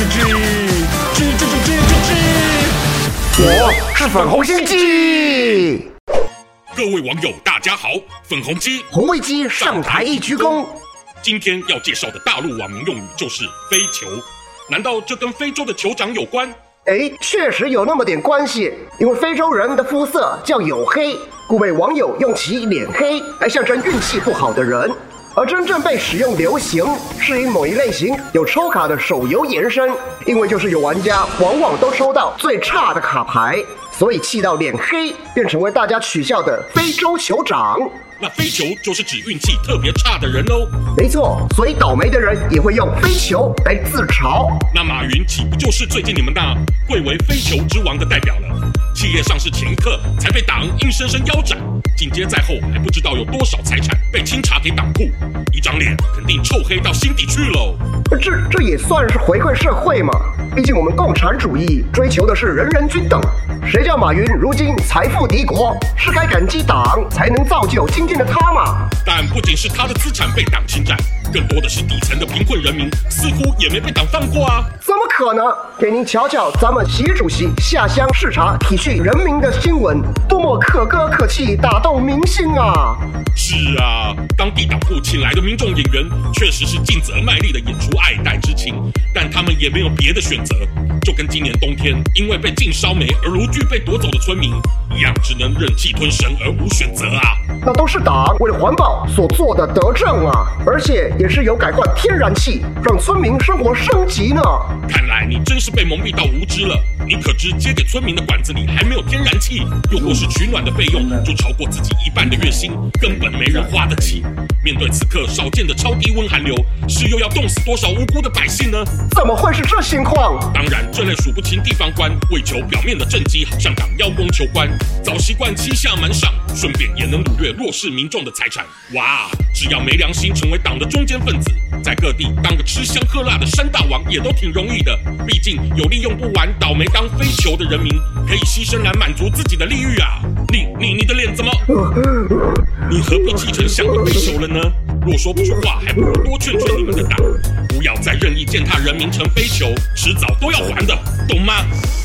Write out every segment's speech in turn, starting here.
我是粉红心鸡。 各位网友大家好，粉红鸡红卫鸡上台一鞠躬。 今天要介绍的大陆网民用语就是飞球，难道这跟非洲的酋长有关？ 确实有那么点关系，因为非洲人的肤色较黝黑，故被网友用其脸黑来象征运气不好的人。而真正被使用流行，是因某一类型有抽卡的手游延伸，因为就是有玩家往往都抽到最差的卡牌，所以气到脸黑，便成为大家取笑的非洲酋长。 那飞球就是指运气特别差的人喽。 没错，所以倒霉的人也会用飞球来自嘲。 那马云岂不就是最近你们那贵为飞球之王的代表了？企业上市前一刻才被党硬生生腰斩，紧接在后还不知道有多少财产被清查给党库，一张脸肯定臭黑到心底去喽。 这也算是回馈社会嘛？毕竟我们共产主义追求的是人人均等。谁叫马云如今财富敌国，是该感激党才能造就今天的他嘛？ 但不仅是他的资产被党侵占，更多的是底层的贫困人民似乎也没被党放过啊！ 怎么可能？给您瞧瞧咱们习主席下乡视察体恤人民的新闻，多么可歌可泣，打动民心啊！ 是啊，当地党部请来的民众演员确实是尽责卖力的演出爱戴之情，但他们也没有别的选择，就跟今年冬天因为被禁烧煤而炉具被夺走的村民一样，只能忍气吞声而无选择啊！ 那都是党为了环保所做的德政啊，而且也是有改换天然气，让村民生活升级呢。 看来你真是被蒙蔽到无知了。你可知接给村民的管子里还没有天然气，又或是取暖的费用就超过自己一半的月薪，根本没人花得起。面对此刻少见的超低温寒流，是又要冻死多少无辜的百姓呢？ 怎么会是这情况？ 当然，这类数不清地方官为求表面的政绩，向党邀功求官，早习惯欺下瞒上，顺便也能掳掠弱势民众的财产。哇，只要没良心成为党的中间分子，在各地当个吃香喝辣的山大王也都挺容易的。毕竟有利用不完倒霉当飞球的人民，可以牺牲来满足自己的利欲啊！你的脸怎么？你何必气成像个飞球了呢？若说不出话，还不如多劝劝你们的党，不要再任意践踏人民成飞球，迟早都要还的，懂吗？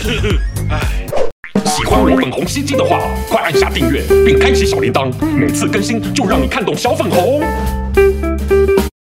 喜欢我粉红心机的话，快按下订阅并开启小铃铛，每次更新就让你看懂小粉红。